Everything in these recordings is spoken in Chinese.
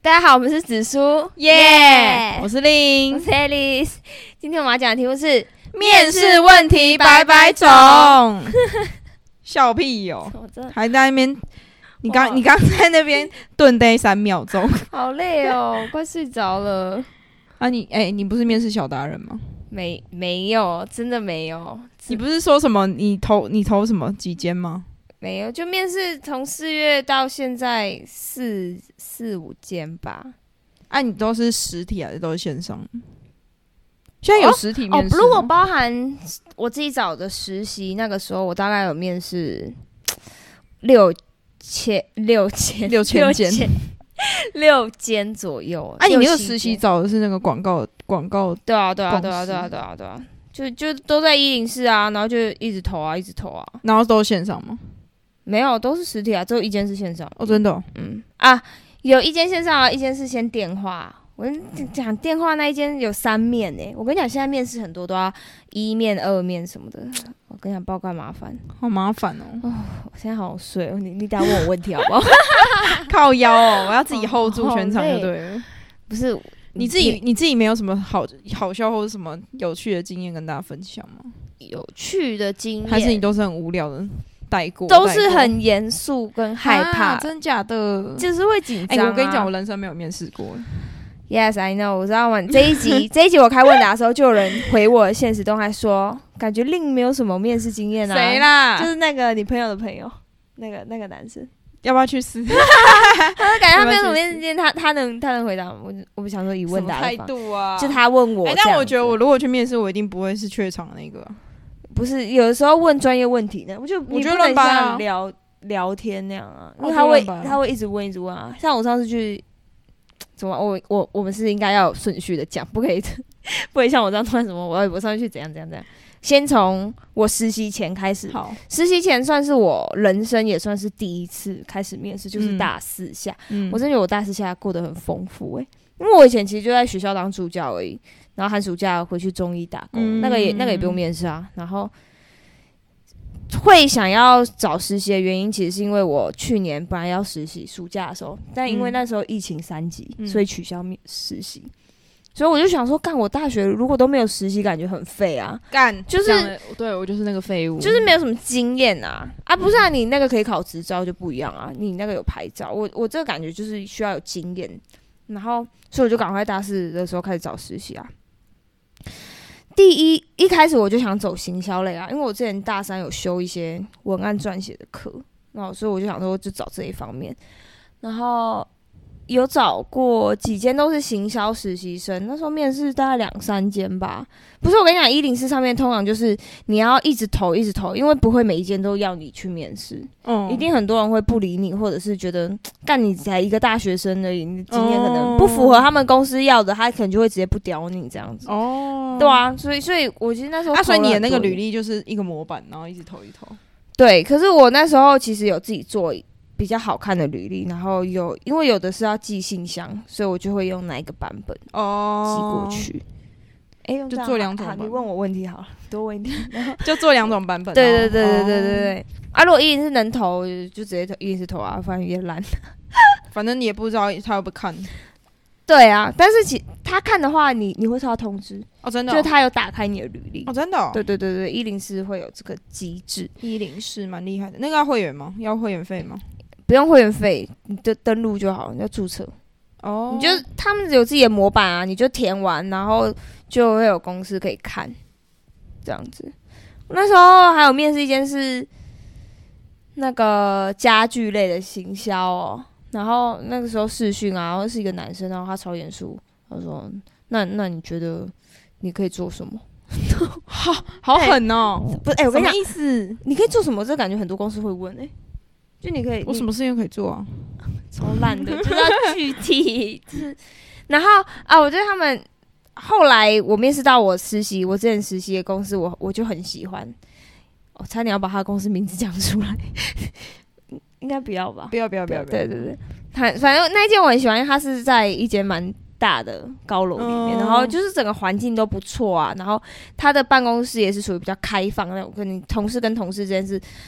大家好，我们是紫苏， 耶！我是令， 我是 Alice。今天我们要讲的题目是面试问题百百种。笑屁哟、还在那边，你刚在那边顿呆3秒钟， 好累哦，快睡着了。 啊你不是面试小达人吗？ 没有，真的没有。 你不是说什么你投什么几间吗？ 没有，就面试从4月到现在4、5间吧。 啊，你都是实体还是都是线上？现在有实体面试如果包含我自己找的实习，那个时候我大概有面试6千左右。 啊，你那个实习找的是那个广告？ 对啊，就都在104啊，然后就一直投啊， 然后都是线上吗？ 没有，都是实体啊，只有一间是线上。 哦，真的、哦？ 有一间线上啊，一间是先电话。我跟你讲，电话那一间有3面欸。我跟你讲，现在面试很多都要1面、2面什么的。我跟你讲，报告麻烦， 好麻烦哦。 我现在好想睡哦，你等一下问我问题好不好？ 靠腰哦，我要自己 hold 住全场就对了。 不是你自己没有什么好笑或者什么有趣的经验跟大家分享吗？ 有趣的经验， 还是你都是很无聊的？ 都是很严肃跟害怕， 真假的， 就是会紧张。 我跟你讲，我人生没有面试过。 Yes, I know， 我知道吗？这一集我开问答的时候，就有人回我的现实动态说，感觉令没有什么面试经验啊。 谁啦？ 就是那个你朋友的朋友，那个男生， 要不要去试？ 他感觉他没有什么面试经验，他能回答我不想说以问答的态度啊， 就他问我。 但我觉得我如果去面试，我一定不会是怯场的那个。 不是，有的时候问专业问题呢，我觉得乱掰啊， 聊天那样啊，因为他会一直问啊。像我上次去，怎么我们是应该要有顺序的讲，不可以像我这样突然什么，我上去怎样。先从我实习前开始。好，实习前算是我人生也算是第一次开始面试，就是大4下。我真觉得我大4下过得很丰富因为我以前其实就在学校当助教而已。然后寒暑假回去中医打工，那个也不用面试啊。然后会想要找实习的原因，其实是因为我去年本来要实习，暑假的时候，但因为那时候疫情3级，所以取消实习。所以我就想说，干我大学如果都没有实习，感觉很废啊。就是对我就是那个废物， 就是没有什么经验啊。不是啊，你那个可以考执照就不一样啊，你那个有牌照，我这个感觉就是需要有经验。然后，所以我就赶快大4的时候开始找实习啊。一开始我就想走行销类啊，因为我之前大3有修一些文案撰写的课，然后所以我就想说就找这一方面，然后有找过几间都是行销实习生，那时候面试大概2、3间吧。不是，我跟你讲，104上面通常就是你要一直投，因为不会每一间都要你去面试，一定很多人会不理你，或者是觉得干你才一个大学生而已，你的经验可能不符合他们公司要的，他可能就会直接不屌你这样子。对啊，所以我其实那时候所以你的那个履历就是一个模板，然后一直投。 对，可是我那时候其实有自己做比较好看的履历，然后因为有的是要寄信箱，所以我就会用哪一个版本寄过去。 就做2种版本。 你问我问题好了，多问一点。 就做2种版本。 对。如果104能投，就直接投104投啊，反正也懒。 反正你也不知道他会不会看。 对啊，但是他看的话，你会收到通知真的。 就是他有打开你的履历真的。 对，104会有这个机制。 104蛮厉害的，那个要会员吗？要会员费吗？ 不用会员费，你就登录就好，你要注册。你就他们有自己的模板啊，你就填完，然后就会有公司可以看，这样子。我那时候还有面试一间是那个家具类的行销然后那个时候视讯啊，然后是一个男生，然后他超严肃，他说：“那你觉得你可以做什么？” 好狠哦！ 不是，我跟你讲， 什么意思？ 你可以做什么？这感觉很多公司会问就你可以， 我什么事情可以做啊？ 超烂的，就是要具体。然后我觉得他们后来我面试到我之前实习的公司，我就很喜欢。我差点要把他的公司名字讲出来，应该不要吧？ 不要。 对。反正那一间我很喜欢，因为它是在一间蛮大的高楼里面，然后就是整个环境都不错啊。然后他的办公室也是属于比较开放那种，跟你同事之间是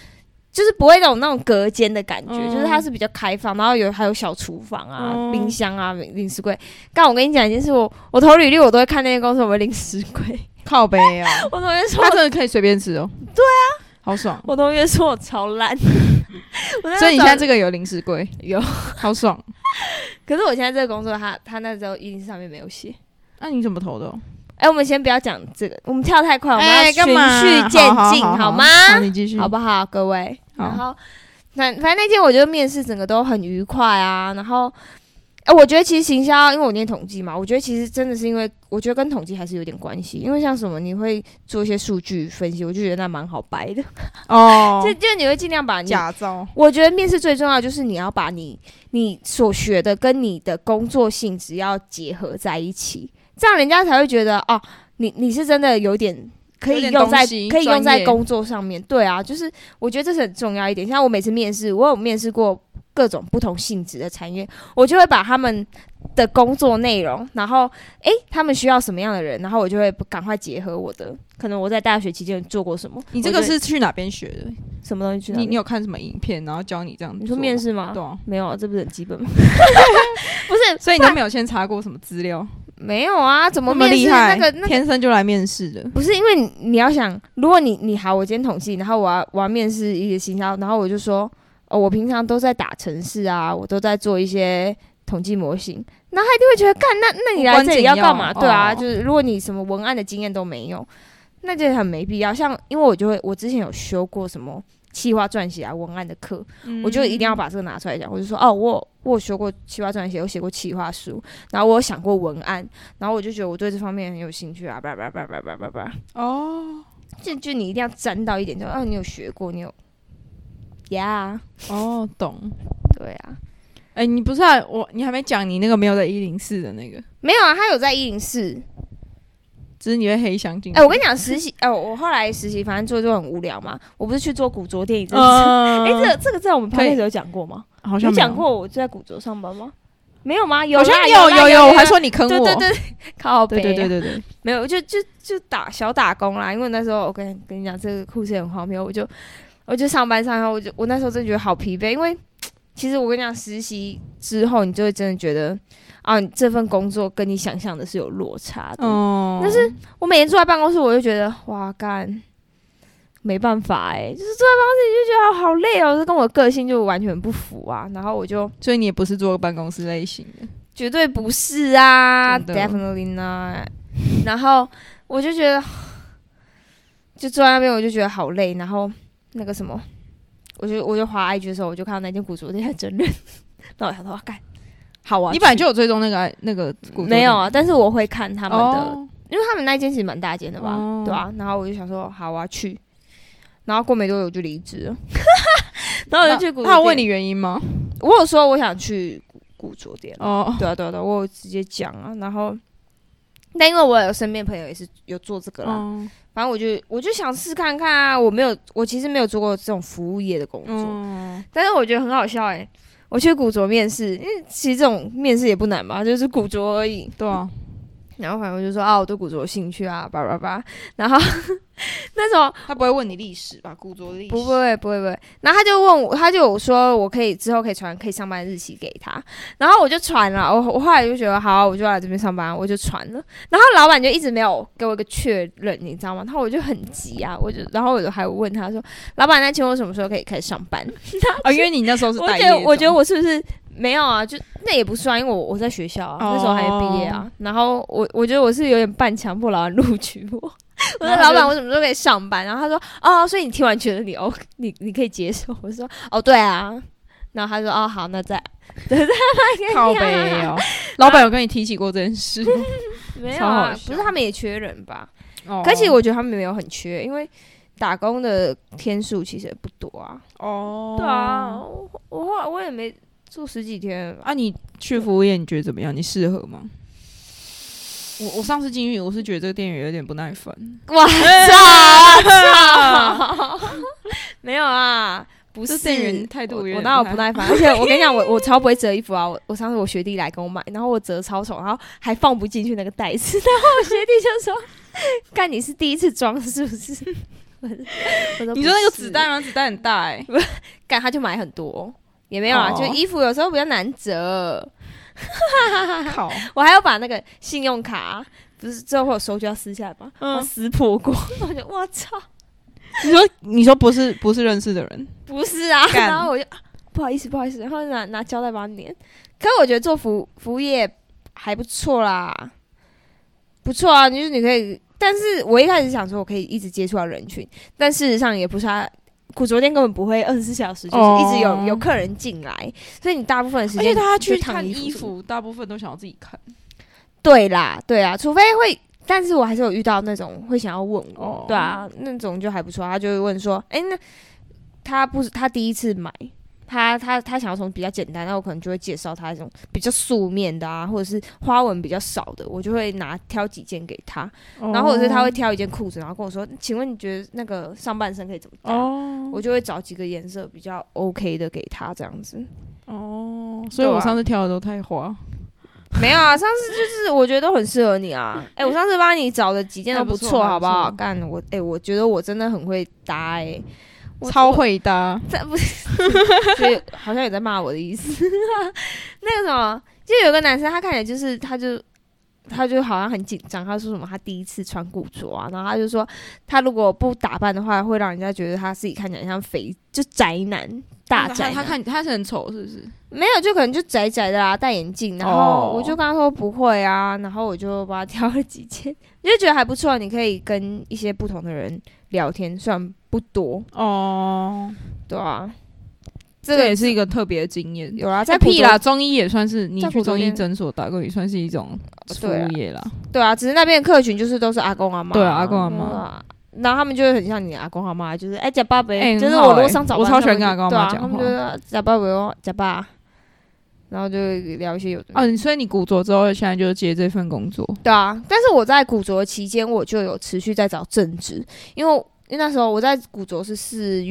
就是不会那种隔间的感觉，就是它是比较开放，然后还有小厨房啊、冰箱啊、零食柜。刚我跟你讲一件事，我投履历我都会看那间公司有没有零食柜。 靠北啊！ 我同学说他真的可以随便吃哦。 对啊， 好爽。 我同学说我超烂， 所以你现在这个有零食柜？ 有， 好爽。 可是我现在这个工作，他那时候104上面没有写。 那你怎么投的？ 我们先不要讲这个，我们跳太快，我们要循序渐进，好吗？ 好，你继续， 好不好，各位？然后，反正那天我觉得面试整个都很愉快啊。然后，我觉得其实行销，因为我念统计嘛，我觉得其实真的是因为我觉得跟统计还是有点关系。因为像什么，你会做一些数据分析，我就觉得那蛮好掰的哦。就你会尽量把假造。我觉得面试最重要就是你要把你所学的跟你的工作性质要结合在一起。这样人家才会觉得哦，你是真的有点可以用在工作上面。对啊，就是我觉得这是很重要一点。像我每次面试，我有面试过各种不同性质的产业，我就会把他们的工作内容，然后他们需要什么样的人，然后我就会赶快结合我的，可能我在大学期间做过什么。 你这个是去哪边学的？ 什么东西去哪边？ 你有看什么影片，然后教你这样子？ 你说面试吗？ 对啊， 没有，这不是很基本吗？不是， 所以你都没有先查过什么资料？ 没有啊，怎么面试那个天生就来面试的？ 不是，因为你要想，如果你好，我今天统计，然后我要面试一个行销，然后我就说，我平常都在打程式啊，我都在做一些统计模型，那他一定会觉得，干那你来这里要干嘛？对啊，就是如果你什么文案的经验都没有，那就很没必要。像因为我之前有修过什么企划撰写啊、文案的课，我就一定要把这个拿出来讲。我就说我有修过企划撰写，我写过企划书，然后我有想过文案，然后我就觉得我对这方面很有兴趣啊，哦，就你一定要沾到一点，就你有学过，你有呀？ 哦，懂。 对啊。 你不是你还没讲你那个没有在104的那个？ 没有啊，他有在104。 只是你会黑箱进去。 我跟你讲，实习，我后来实习，反正做就很无聊嘛。我不是去做古着店一阵子。这个在我们拍摄有讲过吗？ 好像有讲过我在古着上班吗？没有吗？ 好像有，我还说你坑我。 对，靠北。 对， 没有，就小打工啦。因为那时候我跟你讲，这个故事很荒谬。我就上班上后，我那时候真的觉得好疲惫，因为其实我跟你讲，实习之后你就会真的觉得。你这份工作跟你想象的是有落差的。但是我每天坐在办公室，我就觉得哇干，没办法就是坐在办公室你就觉得好累哦，这跟我的个性就完全不符啊。然后所以你也不是做办公室类型的， 绝对不是啊 ，definitely not。然后我就觉得，就坐在那边我就觉得好累。然后那个什么，我就滑 IG 的时候，我就看到那间古着店在争论，那我想说干。好啊！ 你本来就有追踪那个没有啊？但是我会看他们的，因为他们那间其实蛮大间的吧，对吧？然后我就想说，好啊，去。然后过没多久我就离职了，然后我就去古着店。 他有问你原因吗？ 我有说我想去古着店。对啊，我有直接讲啊。然后，但因为我有身边朋友也是有做这个啦，反正我就想试看看啊。我其实没有做过这种服务业的工作，但是我觉得很好笑我去古着面试，因为其实这种面试也不难嘛，就是古着而已。 对啊。 然后反正我就说我对古着有兴趣啊，叭叭叭。然后那时候他不会问你历史吧？古着的历史不会。然后他就问我，他就有说我之后可以传可以上班日期给他，然后我就传了。我后来就觉得好，我就来这边上班，我就传了。然后老板就一直没有给我一个确认，你知道吗？然后我就很急啊，然后我就还问他说，老板，那请问我什么时候可以开始上班？ 因为你那时候是待业中。 我觉得我是不是？没有啊，就那也不算，因为我在学校啊，那时候还没毕业啊。然后我觉得我是有点半强迫老板录取我。我说老板，我什么时候可以上班？然后他说所以你听完觉得你可以接受？我说对啊。然后他说好，那再靠北哦。老板有跟你提起过这件事吗？ 没有啊，不是他们也缺人吧？可其实我觉得他们没有很缺，因为打工的天数其实也不多啊。对啊，我后来我也没。做10几天啊！你去服务业，你觉得怎么样？你适合吗？我上次进去，我是觉得这个店员有点不耐烦。 哇操！没有啊，不是店员态度有点， 我哪有不耐烦？而且我跟你讲，我超不会折衣服啊！我上次我学弟来跟我买，然后我折超丑，然后还放不进去那个袋子，然后我学弟就说：“干，你是第一次装是不是？” 你说那个纸袋吗？纸袋很大欸。 干他就买很多，也没有啊，就衣服有时候比较难折。 靠！ 我还要把那个信用卡，不是之后会有收据要撕下来吗？我撕破过，我就我操！ 你说不是认识的人？ 不是啊，然后我就不好意思，然后拿胶带把它粘。可是我觉得做服务业还不错啦，不错啊，就是你可以。但是我一开始想说我可以一直接触到人群，但事实上也不是啊。古着店根本不会24小时，就是一直有客人进来，所以你大部分的时间， 而且他去看衣服，大部分都想要自己看。 对啦，除非会，但是我还是有遇到那种会想要问我，对啊，那种就还不错，他就会问说，那他第一次买。他想要从比较简单，那我可能就会介绍他这种比较素面的啊，或者是花纹比较少的，我就会挑几件给他，然后或者是他会挑一件裤子，然后跟我说，请问你觉得那个上半身可以怎么搭？我就会找几个颜色比较 OK 的给他这样子。 所以我上次挑的都太花。 没有啊，上次就是我觉得都很适合你啊。我上次帮你找的几件都不错，好不好？干我觉得我真的很会搭超会搭， 这不是，所以好像有在骂我的意思。那个什么，就有个男生，他看起来就是，他就好像很紧张，他说什么他第一次穿古着啊，然后他就说他如果不打扮的话，会让人家觉得他自己看起来像就宅男。大宅男， 他是很丑是不是？ 没有，就可能就宅宅的啦，戴眼镜。然后我就跟他说不会啊，然后我就帮他挑了几件，就觉得还不错。你可以跟一些不同的人聊天，虽然不多对啊， 这个也是一个特别的经验。 有啊，在屁啦，中医也算是你去中医诊所打工，也算是一种服务业啦。 对啊，只是那边的客群就是都是阿公阿妈。 对啊，阿公阿妈。 然后他们就会很像你阿公阿妈，就是假爸爸，就是我如果上早班， 我超喜欢跟阿公阿妈讲话， 他们就是假爸爸假爸，然后就聊一些有的。 所以你古着之后，现在就接这份工作。 对啊，但是我在古着期间，我就有持续在找正职，因为那时候我在古着是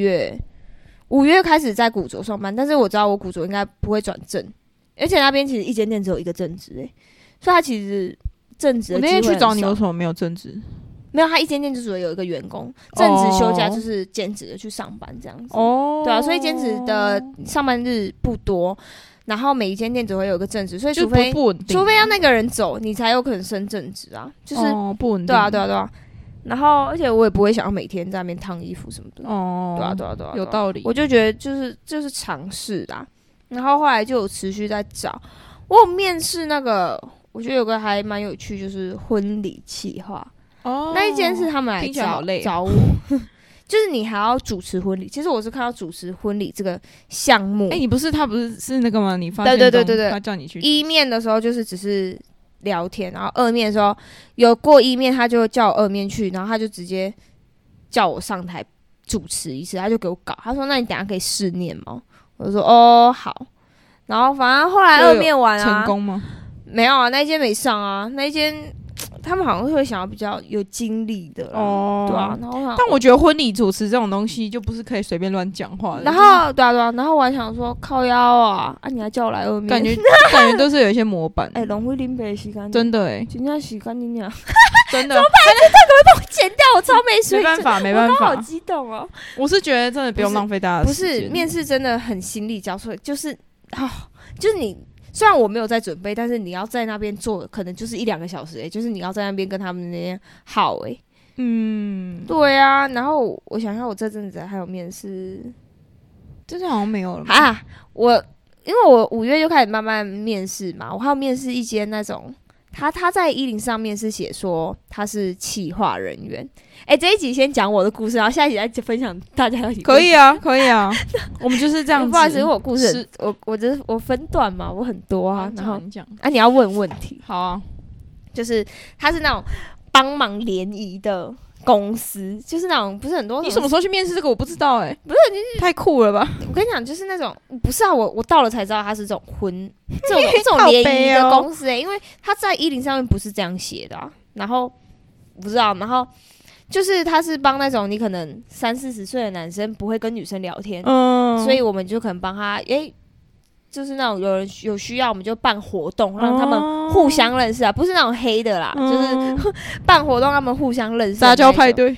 5月开始在古着上班，但是我知道我古着应该不会转正，而且那边其实一间店只有一个正职所以他其实正职的机会很少。 我那天去找你，为什么没有正职？ 没有，他一间店就只有一个员工，正职休假就是兼职的去上班这样子。对啊，所以兼职的上班日不多，然后每一间店只会有一个正职，所以除非要那个人走，你才有可能升正职啊，就是不稳定。 对啊。然后，而且我也不会想要每天在那边烫衣服什么的。对啊， 有道理。 我就觉得就是尝试啦，然后后来就有持续在找。我有面试那个，我觉得有个还蛮有趣，就是婚礼企划。那一间是他们来找我，就是你还要主持婚礼。其实我是看到主持婚礼这个项目， 他不是那个吗？你发现对， 他叫你去一面的时候就是只是聊天，然后二面的时候有过一面，他就叫我二面去，然后他就直接叫我上台主持一次，他就给我搞，他说那你等一下可以试念吗？我就说好，然后反正后来二面完成功吗？ 没有啊，那一间没上啊，那一间。他们好像会想要比较有经历的对啊。然后但我觉得婚礼主持这种东西就不是可以随便乱讲话的。 然后对啊，然后我还想说靠腰啊，你还叫我来二面， 感觉都是有一些模板。 龙会林北洗干净， 真的今天洗干净呀， 真的。 怎么办？这个会帮我剪掉，我超没水准。 没办法， 我好激动哦。 我是觉得真的不用浪费大家的时间。 不是面试真的很心力交瘁，就是你。虽然我没有在准备，但是你要在那边做，可能就是1-2个小时就是你要在那边跟他们那边耗对啊。然后我想想，我这阵子还有面试， 这好像没有了啊。因为我5月就开始慢慢面试嘛，我还有面试一间那种，他在110上面是写说他是企划人员。这一集先讲我的故事，然后下一集再分享大家的。 可以啊，我们就是这样子。 不好意思，因为我故事我分段嘛，我很多啊。然后你讲你要问问题。 好啊， 就是他是那种帮忙联谊的公司，就是那种不是很多。 你什么时候去面试这个？我不知道不是你太酷了吧？ 我跟你讲，就是那种不是啊，我到了才知道他是这种这种联谊的公司因为他在110上面不是这样写的啊。然后不知道，然后。就是他是帮那种你可能30-40岁的男生不会跟女生聊天，所以我们就可能帮他，就是那种有人有需要，我们就办活动让他们互相认识啊，不是那种黑的啦，就是办活动让他们互相认识， 杂交派对。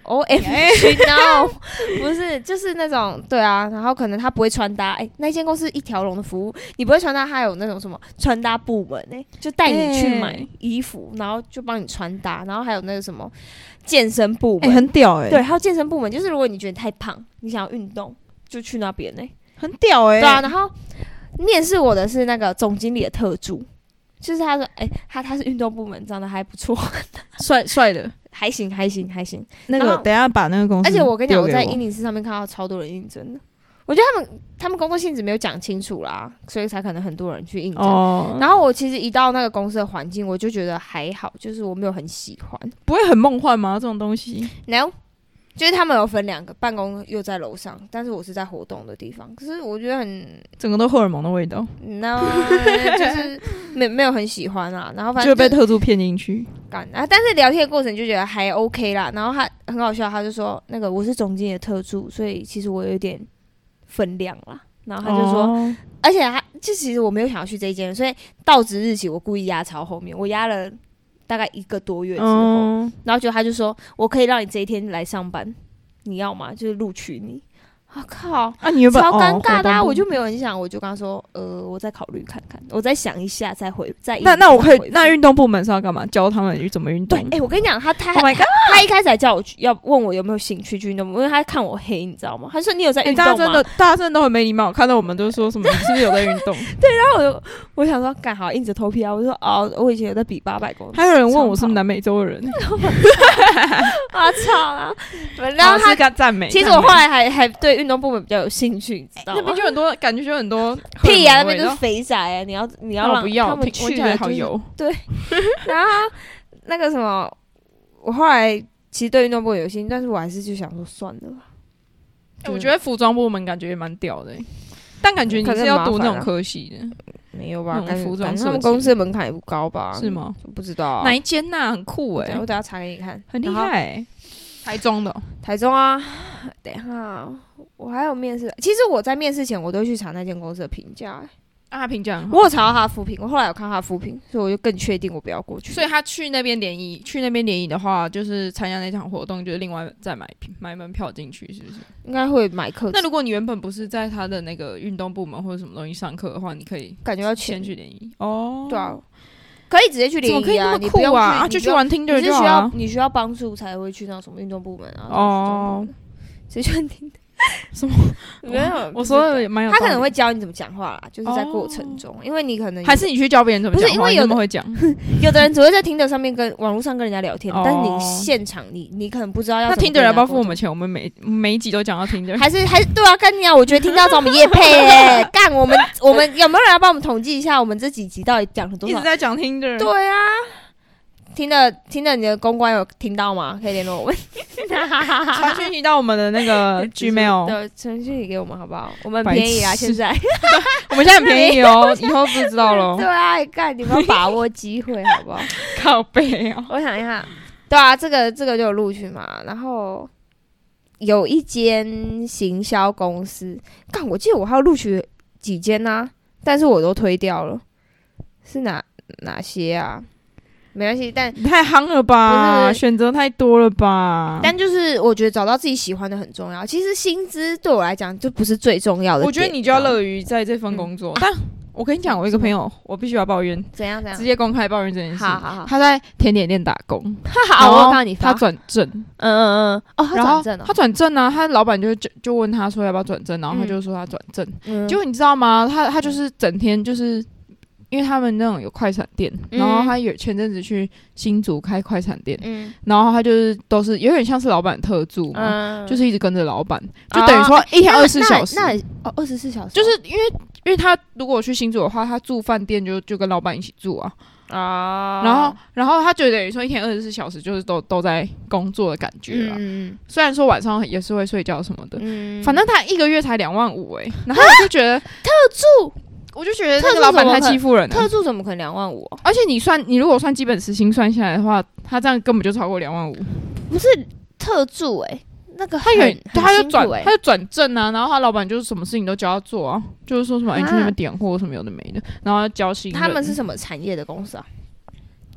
OMG no， 不是，就是那种对啊，然后可能他不会穿搭，那间公司一条龙的服务，你不会穿搭，他有那种什么穿搭部门就带你去买衣服，然后就帮你穿搭，然后还有那个什么健身部门， 很屌对，还有健身部门，就是如果你觉得太胖，你想要运动，就去那边很屌对啊，然后面试我的是那个总经理的特助。就是他说，他是运动部门，长得还不错， 帅的， 还行。 那个等一下把那个公司， 而且我跟你讲，我在104上面看到超多人应征的。我觉得他们工作性质没有讲清楚啦，所以才可能很多人去应征。然后我其实一到那个公司的环境，我就觉得还好，就是我没有很喜欢。 不会很梦幻吗？这种东西 ？No。就是他们有分2个，办公又在楼上，但是我是在活动的地方。可是我觉得整个都荷尔蒙的味道。 No， 就是没有很喜欢啊。然后反正就被特助骗进去。 但是聊天的过程就觉得还 OK 啦。然后他很好笑，他就说那个我是总经理的特助，所以其实我有一点分量啦。然后他就说，而且就其实我没有想要去这一间，所以到职日期我故意压超后面，我压了。大概1个多月之后，然后他就说，我可以让你这一天来上班，你要吗？就是录取你。靠！ 你有超尴尬的我就没有很想，我就跟他说，我再考虑看看，我再想一下再回。 那我可以，那运动部门是要干嘛？教他们怎么运动？ 对，我跟你讲，他 Oh my God， 他一开始还叫我要问我有没有兴趣去运动，因为他看我黑，你知道吗？他说你有在运动吗？ 大家真的都很没礼貌，看到我们都说什么你是不是有在运动？ 对，然后我想说干好硬着头皮啊，我说我以前有在比800公尺。 还有人问我是不是南美洲的人， 我操啊！然后他赞美， 其实我后来还对运动部门比较有兴趣，你知道吗？ 那边就很多，感觉就很多屁啊，那边就是肥宅你要让他们去的好油。 对，然后那个什么，我后来其实对运动部门有兴趣，但是我还是就想说算了吧。 我觉得服装部门感觉也蛮屌的，但感觉你是要读那种科系的。 没有吧？ 服装设计， 他们公司的门槛也不高吧？ 是吗？ 不知道哪一间呐？很酷我等下查给你看， 很厉害。台中的， 台中啊。等一下，我还有面试。其实我在面试前，我都会去查那间公司的评价。 他评价， 我有查到他的负评，我后来有看他的负评，所以我就更确定我不要过去。 所以他去那边联谊的话，就是参加那场活动，就是另外再买门票进去，是不是？ 应该会买课程。 那如果你原本不是在他的那个运动部门或者什么东西上课的话，你可以感觉要先去联谊对啊，可以直接去联谊啊， 你不用就去玩Tinder就好了。 你需要帮助才会去那什么运动部门啊。直接去玩Tinder。 什么？ 没有， 我说的蛮有道理。 他可能会教你怎么讲话啦，就是在过程中，因为你可能还是你去教别人怎么讲话， 不是因为有的会讲， 有的人只会在Tinder上面跟网络上跟人家聊天，但是你现场你可能不知道要怎么。 那Tinder要不要付我们钱？我们每一集都讲到Tinder， 还是对啊，跟你讲，我觉得听到找我们业配干我们有没有人要帮我们统计一下，我们这几集到底讲了多少？ 一直在讲Tinder。 对啊。听的，你的公关有听到吗？可以联络我们， 传讯息到我们的那个 Gmail， 对，传讯息给我们好不好？我们很便宜啊，现在我们现在很便宜哦，以后不知道咯。 对啊，干，你们要把握机会好不好？ 靠背哦， 我想一下，对啊，这个就有录取嘛，然后有一间行销公司，干，我记得我还有录取几间啊，但是我都推掉了，是哪些啊？没关系，但太夯了吧，选择太多了吧。 但就是我觉得找到自己喜欢的很重要。其实薪资对我来讲就不是最重要的。 我觉得你就要乐于在这份工作。但我跟你讲，我一个朋友，我必须要抱怨。 怎样？ 直接公开抱怨这件事。 好， 他在甜点店打工。 好，我看到你发。 他转正。 哦，他转正了。 他转正啊，他老板就问他说要不要转正，然后他就说他转正。结果你知道吗？他就是整天就是。因为他们那种有快闪店，然后他前阵子去新竹开快闪店，然后他就是都是有点像是老板特助嘛，就是一直跟着老板，就等于说一天24小时。 那24小时， 就是因为他如果去新竹的话，他住饭店就跟老板一起住啊，然后他就等于说一天24小时就是都在工作的感觉啊。虽然说晚上也是会睡觉什么的，反正他1个月才25000然后我就觉得特助。 我就觉得那个老板太欺负人了。 特助怎么可能25000？ 而且你如果算基本时薪算下来的话，他这样根本就超过25000。 不是特助那个他就转正啊，然后他老板就是什么事情都叫他做啊，就是说什么你去那边点货什么有的没的，然后教新人。 他们是什么产业的公司啊？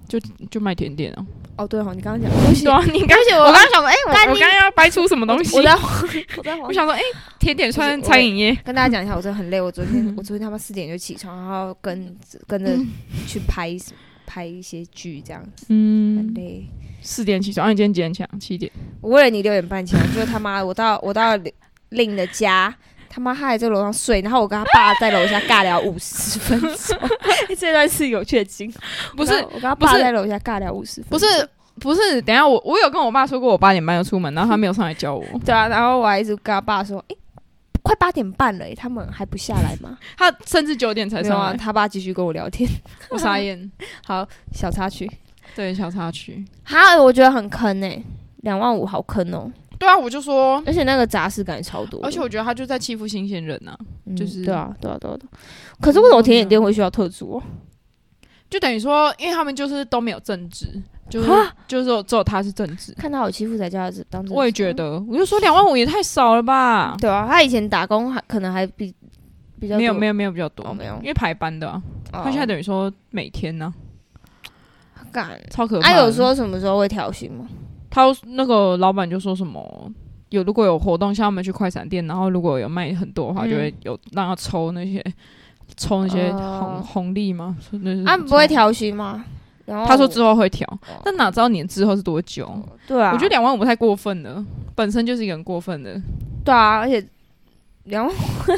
就卖甜点啊。 哦，对哦，你刚刚讲， 对啊，你刚我刚刚想说，我刚刚要掰出什么东西？我想说，甜点算餐饮业。 跟大家讲一下，我真的很累。我昨天他妈4点就起床，然后跟着去拍一些剧这样子，很累。 4点起床，你今天几点起床？7点。 我为了你6点半起床，就他妈我到令的家。他妈他还在楼上睡，然后我跟他爸在楼下尬聊50分钟。这段是有趣的经， 不是我跟他爸在楼下尬聊50分钟。 不是，等一下我有跟我爸说过，我8点半就出门，然后他没有上来叫我。 对啊，然后我还一直跟他爸说，快8点半了，他们还不下来吗？ 他甚至9点才上来。 他爸继续跟我聊天， 我傻眼。 好，小插曲。 对，小插曲。 我觉得很坑25000好坑哦。 对啊，我就说， 而且那个杂事感超多， 而且我觉得他就在欺负新鲜人啊，就是对啊。可是为什么甜点店会需要特助哦？ 就等于说，因为他们就是都没有正职，就是只有他是正职， 看他好欺负才叫他当正职。 我也觉得，我就说25000也太少了吧？ 对啊，他以前打工可能还比较多， 没有比较多， 没有， 因为排班的啊。他现在等于说每天呢， 干超可怕。 他有说什么时候会调薪吗？ 他那个老板就说什么如果有活动，像他们去快闪店，然后如果有卖很多的话，就会有让他抽那些红利吗？ 不会调薪吗？ 他说之后会调，但哪知道年之后是多久？ 对啊， 我觉得25000太过分了，本身就是一个很过分的。 对啊，而且25000，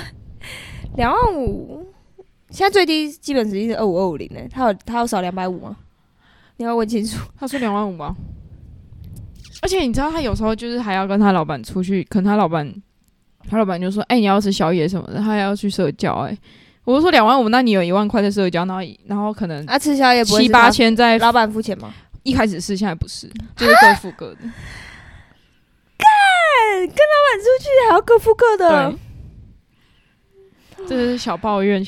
现在最低基本时薪是25250呢，他有少250吗？你要问清楚。 他说25000吧。而且你知道他有时候就是还要跟他老板出去，可能他老板就说：“你要吃宵夜什么的，他还要去社交。”我就说25000，那你有1万块在社交，然后可能吃宵夜不会 7-8千在老板付钱吗？ 一开始是，现在不是，就是各付各的。 干，跟老板出去还要各付各的， 这是小抱怨。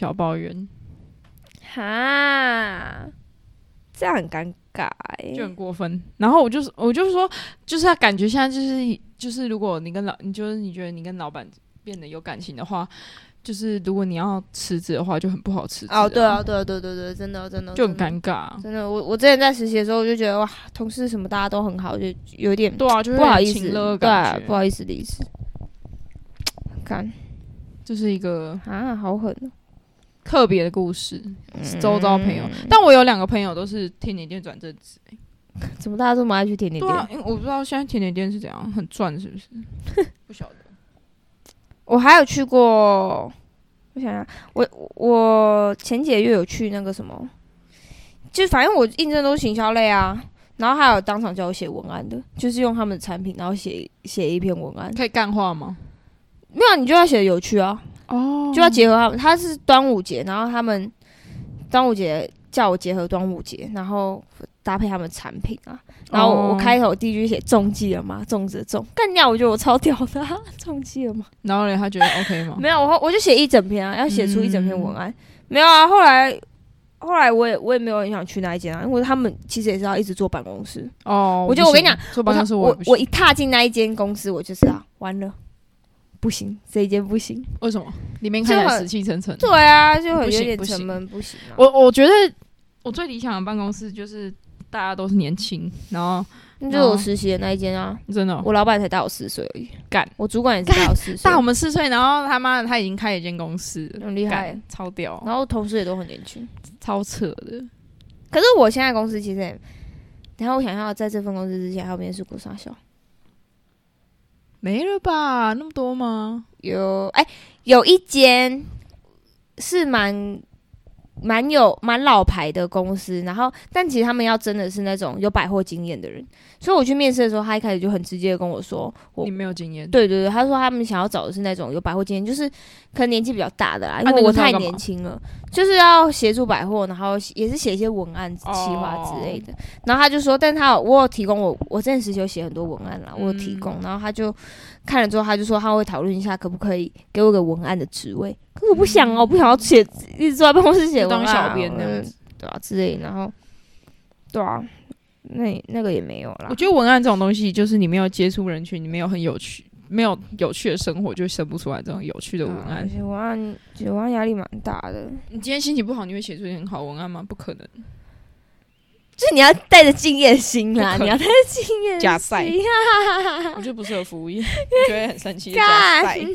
哈，这样很尴尬。 就很过分，然后我就说，就是他感觉现在就是如果你觉得你跟老板变得有感情的话，就是如果你要辞职的话，就很不好辞职。 对啊，真的就很尴尬。 真的，我之前在实习的时候，我就觉得哇，同事什么大家都很好，就有点对啊，就是不好意思， 对， 不好意思的意思。看， 就是一个好狠哦。 特别的故事，周遭朋友，但我有2个朋友都是甜点店转正职。 怎么大家这么爱去甜点店？ 对啊，因为我不知道现在甜点店是怎样，很赚是不是？不晓得。 我还有去过，我想想，我前几个月有去那个什么，就反正我应征都是行销类啊，然后还有当场叫我写文案的，就是用他们的产品，然后写一篇文案。 可以干话吗？ 没有，你就要写的有趣啊。就要结合他们，他是端午节，然后他们端午节叫我结合端午节，然后搭配他们产品啊。然后我开头第一句写中计了吗？粽子的粽，干掉我觉得我超屌的，中计了吗？ 然后呢，他觉得 OK 吗？ 没有，我就写一整篇啊，要写出一整篇文案。没有啊，后来我也没有很想去那一间啊，因为他们其实也是要一直坐办公室。我觉得我跟你讲， 坐办公室我一踏进那一间公司，我就是完了。不行，这一间不行。 为什么？里面看起来死气沉沉。 对啊，就很有点沉闷，不行。 我觉得我最理想的办公室就是大家都是年轻，然后那就是我实习的那一间啊。 真的， 我老板才大我4岁而已。 干， 我主管也是大我4岁， 大我们4岁，然后他妈的他已经开了一间公司， 很厉害， 超屌。 然后同事也都很年轻， 超扯的。 可是我现在公司其实也，等一下我想要在这份公司之前还有面试过啥小。 没了吧？那么多吗？ 有一间是蛮老牌的公司，然后但其实他们要真的是那种有百货经验的人，所以我去面试的时候，他一开始就很直接的跟我说， 你没有经验。 对，他说他们想要找的是那种有百货经验，就是可能年纪比较大的啦，因为我太年轻了，就是要协助百货，然后也是写一些文案、企划之类的。然后他就说，但我有提供我之前实习有写很多文案啦，我有提供，然后他就看了之后，他就说他会讨论一下可不可以给我个文案的职位。可是我不想我不想要一直坐在办公室写文案， 当小编那样子， 对啊之类的。然后，对啊，那个也没有啦。 我觉得文案这种东西，就是你没有接触人群，你没有很有趣，没有有趣的生活，就生不出来这种有趣的文案。 写文案压力蛮大的。 你今天心情不好，你会写出一个很好的文案吗？不可能。 就是你要带着敬业心啦，你要带着敬业心。 假赛，我就不适合服务业，我觉得很生气。假赛，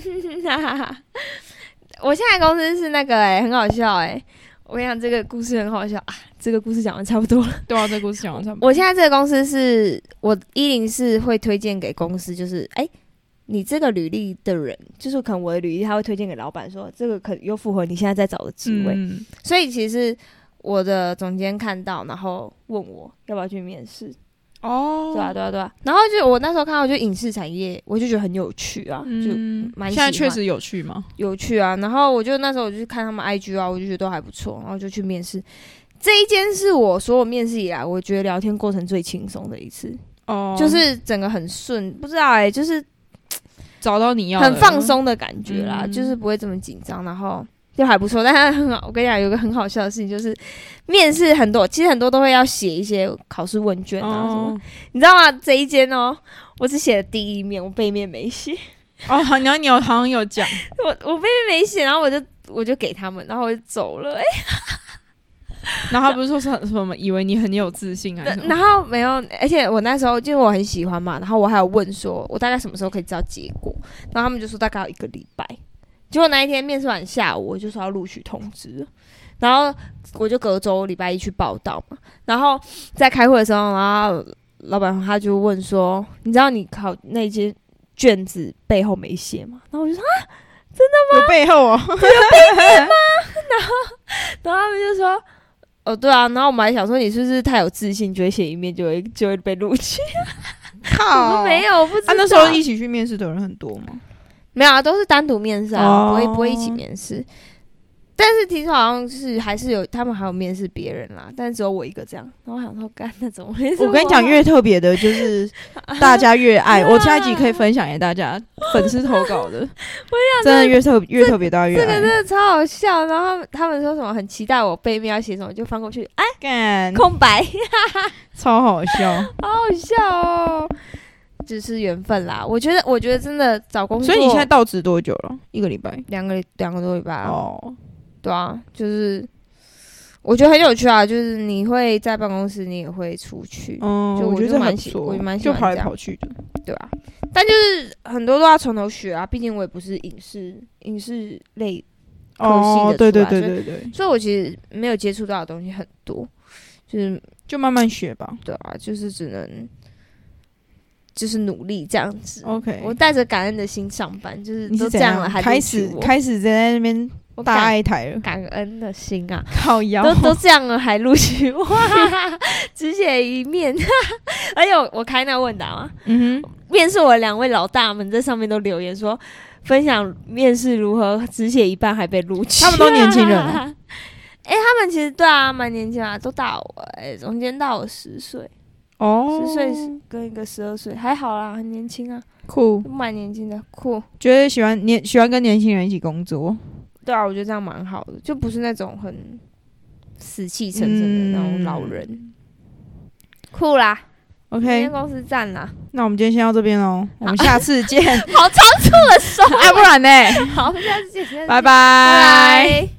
我现在公司是那个很好笑我跟你讲，这个故事很好笑啊！这个故事讲完差不多了。 对啊，这个故事讲完差不多。 我现在这个公司是我104会推荐给公司，就是你这个履历的人，就是可能我的履历他会推荐给老板说，这个可又符合你现在在找的职位。所以其实我的总监看到，然后问我要不要去面试。对啊。然后就我那时候看到就影视产业，我就觉得很有趣啊，就蛮喜欢。 现在确实有趣吗？ 有趣啊。然后那时候我就去看他们 IG 啊，我就觉得都还不错，然后就去面试。这一间是我所有面试以来，我觉得聊天过程最轻松的一次。就是整个很顺，不知道就是找到你要的很放松的感觉啦，就是不会这么紧张，然后就还不错。但是很好，我跟你讲，有个很好笑的事情就是，面试其实很多都会要写一些考试问卷啊什么，你知道吗？这一间我只写了第一面，我背面没写。 你好像有讲， 我背面没写，然后我就给他们，然后我就走了。 然后他不是说什么以为你很有自信还是什么？ 然后没有，而且我那时候就是我很喜欢嘛，然后我还有问说，我大概什么时候可以知道结果？然后他们就说大概有1个礼拜。结果那一天面试完下午，我就说要录取通知了，然后我就隔周礼拜1去报道嘛。然后在开会的时候，然后老板他就问说：“你知道你考那间卷子背后没写吗？”然后我就说：“啊，真的吗？ 有背后有背面吗？”然后他们就说：“对啊。”然后我们还想说，你是不是太有自信，就会写一面就会被录取？ 靠， 我说没有，我不知道。 那时候一起去面试的人很多吗？ 没有啊，都是单独面试啊，不会一起面试。但是听说好像是还是有他们还有面试别人啦，但是只有我一个这样。然后我想说，干那怎么回事？ 我跟你讲，越特别的就是大家越爱。我下一集可以分享给大家粉丝投稿的，真的越特别大家越爱。 这个真的超好笑。然后他们说什么很期待我背面要写什么，就翻过去，干空白， 超好笑， 好好笑哦。只是缘分啦，我觉得真的找工作。 所以你现在到职多久了？1个礼拜 ，2个多礼拜对啊，就是我觉得很有趣啊，就是你会在办公室，你也会出去。就我觉得蛮喜欢， 就跑来跑去的， 对啊。但就是很多都要从头学啊，毕竟我也不是影视类科系的出来， 对。 所以我其实没有接触到的东西很多， 就慢慢学吧。 对啊，就是只能。就是努力这样子 ，OK。 我带着感恩的心上班，就是都这样了，还开始在那边大爱台了， 感恩的心啊， 靠腰都这样了，还录取我，只写一面。而且我开那问答嘛，面试我2位老大们在上面都留言说，分享面试如何只写一半还被录取， 他们都年轻人啊。 他们其实对啊，蛮年轻啊，都大我中间大我10岁。10岁跟一个12岁，还好啦，很年轻啊， 酷， 蛮年轻的，酷。 觉得喜欢跟年轻人一起工作， 对啊，我觉得这样蛮好的，就不是那种很死气沉沉的那种老人，酷啦。 OK， 今天公司赞啦。 那我们今天先到这边喽，我们下次见。 好仓促的收， 不然呢？ 好，下次见， 拜拜。